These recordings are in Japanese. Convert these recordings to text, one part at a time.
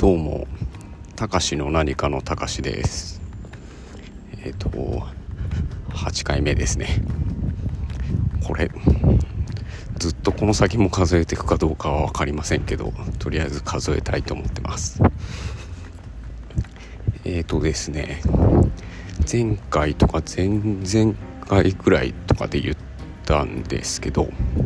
どうも、たかしの何かのたかしです。8回目ですね。これずっとこの先も数えていくかどうかは分かりませんけど、とりあえず数えたいと思ってます。ですね、前回とか前々回ぐらいとかで言ったんですけど、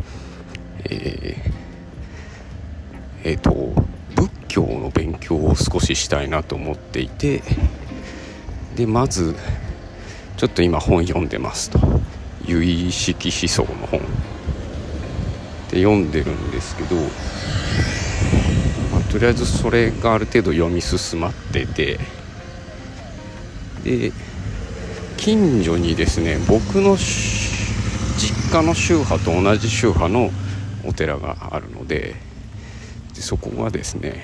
仏教の勉強を少ししたいなと思っていて、でまずちょっと今本読んでますと、唯意識思想の本で読んでるんですけど、とりあえずそれがある程度読み進まってて、で近所にですね、僕の実家の宗派と同じ宗派のお寺があるので、そこがですね、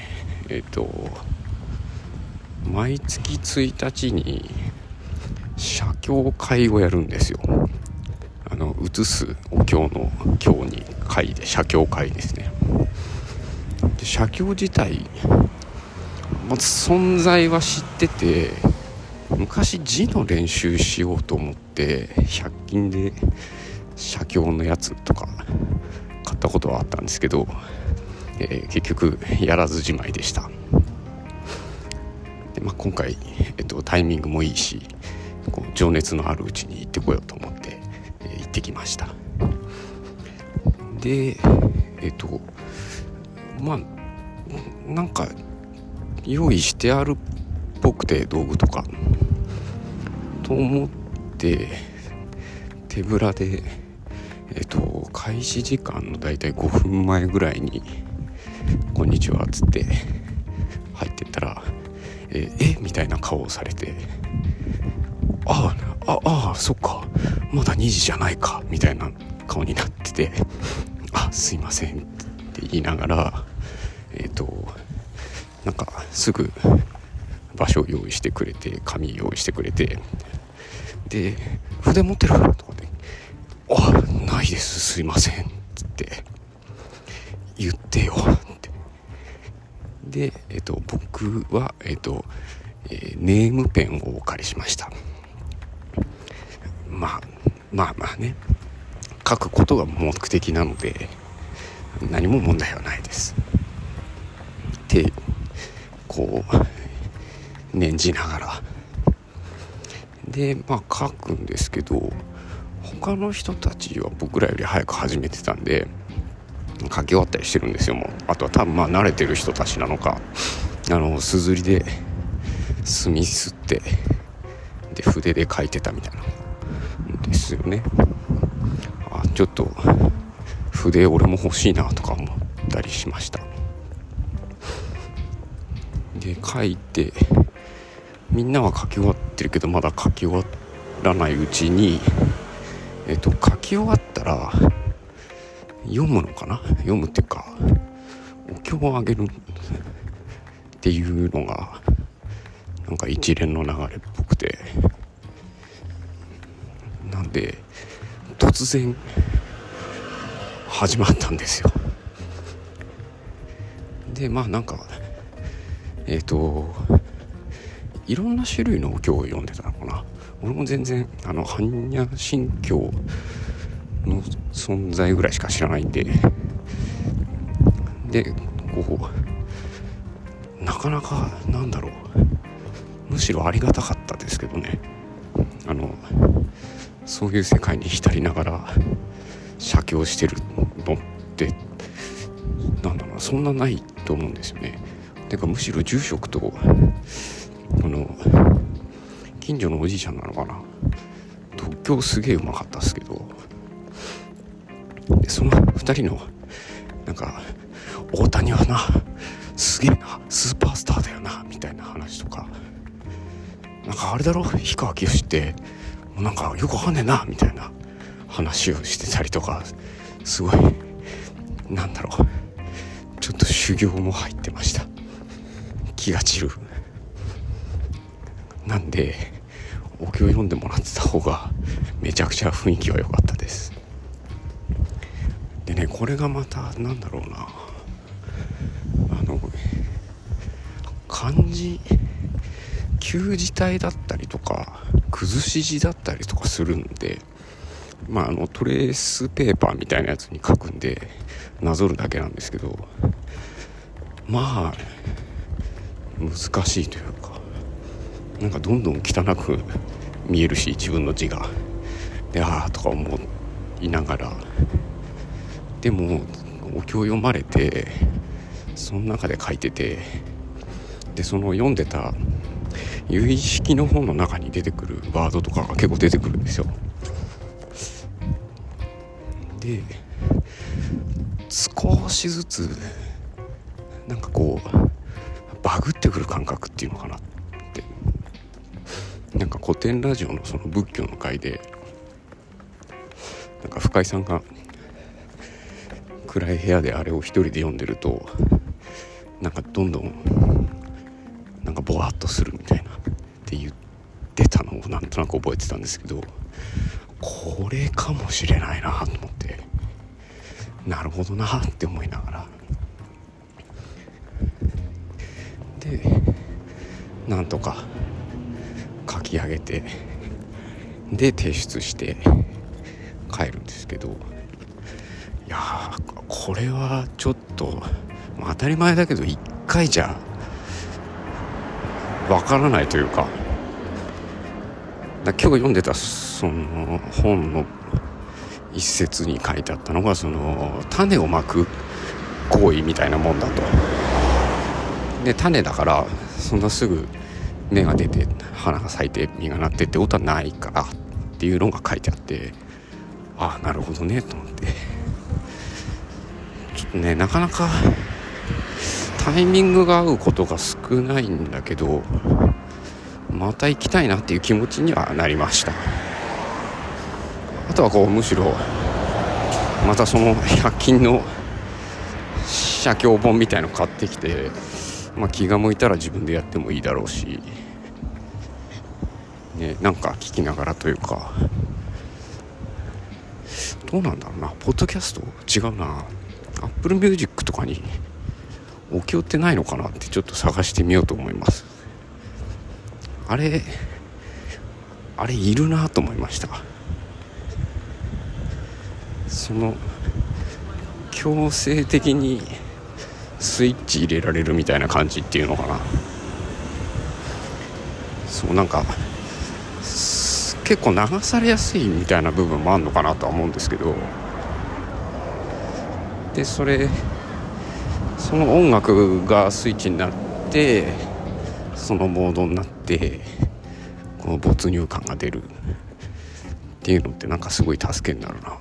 毎月1日に写経会をやるんですよ。写すお経の経に会で写経会ですね。で写経自体まず存在は知ってて、昔字の練習しようと思って100均で写経のやつとか買ったことはあったんですけど、結局やらずじまいでした。で、今回、タイミングもいいし、情熱のあるうちに行ってこようと思って、行ってきました。でなんか用意してあるっぽくて、道具とかと思って手ぶらで、開始時間のだいたい5分前ぐらいにこんにちはっつって入ってったら、みたいな顔をされて、ああそっか、まだ2時じゃないかみたいな顔になってて、すいませんって言いながら、なんかすぐ場所を用意してくれて、紙用意してくれて、で筆持ってるとかで、ないです、すいませんって言ってよって。で、僕は、ネームペンをお借りしました。まあね、書くことが目的なので何も問題はないです。で念じながらで書くんですけど、他の人たちは僕らより早く始めてたんで書き終わったりしてるんですよ。もうあとは多分慣れてる人たちなのか、すずりで墨すってで筆で書いてたみたいなんですよね。ちょっと筆俺も欲しいなとか思ったりしました。で書いて、みんなは書き終わってるけどまだ書き終わらないうちに、書き終わったら読むのかな、読むっていうかお経をあげるっていうのがなんか一連の流れっぽくて、なんで突然始まったんですよ。でなんかいろんな種類のお経を読んでたのかな。俺も全然般若心経の存在ぐらいしか知らないんで、なかなかむしろありがたかったですけどね。そういう世界に浸りながら写経してるのってそんなないと思うんですよね。てかむしろ住職と近所のおじいちゃんなのかな、読経すげえうまかったですけど、でその2人の大谷はなすげえな、スーパースターだよなみたいな話とか、あれだろ、氷川きよしってよくわかんねえなみたいな話をしてたりとか、すごいちょっと修行も入ってました。気が散る。なんでお経読んでもらってた方がめちゃくちゃ雰囲気は良かったです。でね、これがまた漢字旧字体だったりとか崩し字だったりとかするんで、トレースペーパーみたいなやつに書くんでなぞるだけなんですけど、難しいというか、なんかどんどん汚く見えるし、自分の字がでとか思いながら、でもお経読まれてその中で書いてて、でその読んでた由意識の本の中に出てくるワードとかが結構出てくるんですよ。で少しずつなんかこうバグってくる感覚っていうのかなって、なんか古典ラジオのその仏教の回でなんか深井さんが暗い部屋であれを一人で読んでると、なんかどんどんなんかボワッとするみたいなって言ってたのをなんとなく覚えてたんですけど、これかもしれないなと思って、なるほどなって思いながら、でなんとか書き上げて、で提出して帰るんですけど、いやこれはちょっと当たり前だけど一回じゃわからないというか、今日読んでたその本の一節に書いてあったのが、その種をまく行為みたいなもんだと。で種だからそんなすぐ芽が出て花が咲いて実がなってってことはないからっていうのが書いてあって、なるほどねと思って、ちょっとねなかなかタイミングが合うことが少ないんだけど、また行きたいなっていう気持ちにはなりました。あとはむしろまたその100均の写経本みたいの買ってきて、気が向いたら自分でやってもいいだろうし、なんか聞きながらというか、どうなんだろうな、ポッドキャスト違うな、Apple Music とかにお経ってないのかなってちょっと探してみようと思います。あれいるなと思いました。その強制的にスイッチ入れられるみたいな感じっていうのかな。そうなんか結構流されやすいみたいな部分もあるのかなとは思うんですけど、でその音楽がスイッチになってそのモードになってこの没入感が出るっていうのってなんかすごい助けになるなと思って、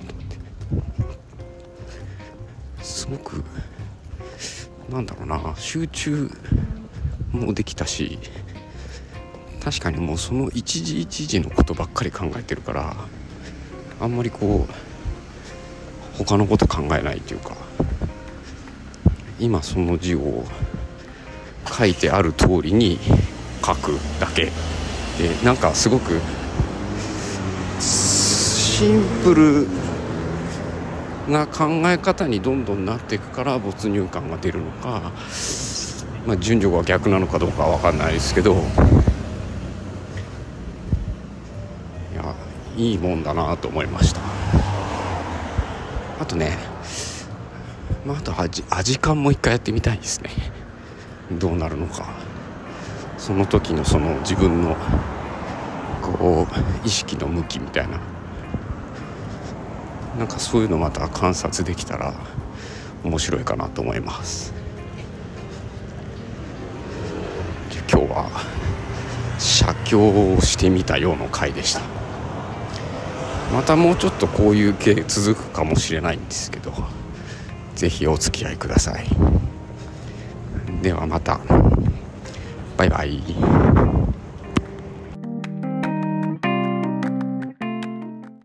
すごくなんだろうな、集中もできたし、確かにもうその一時一時のことばっかり考えてるから、あんまり他のこと考えないというか、今その字を書いてある通りに書くだけで、なんかすごくシンプルな考え方にどんどんなっていくから没入感が出るのか、順序が逆なのかどうかは分かんないですけど、いいもんだなと思いました。あとね、あと味感も一回やってみたいですね。どうなるのか、その時のその自分の意識の向きみたいな、なんかそういうのまた観察できたら面白いかなと思います。今日は写経をしてみたような回でした。またもうちょっとこういう系続くかもしれないんですけど、ぜひお付き合いください。ではまた、バイバイ。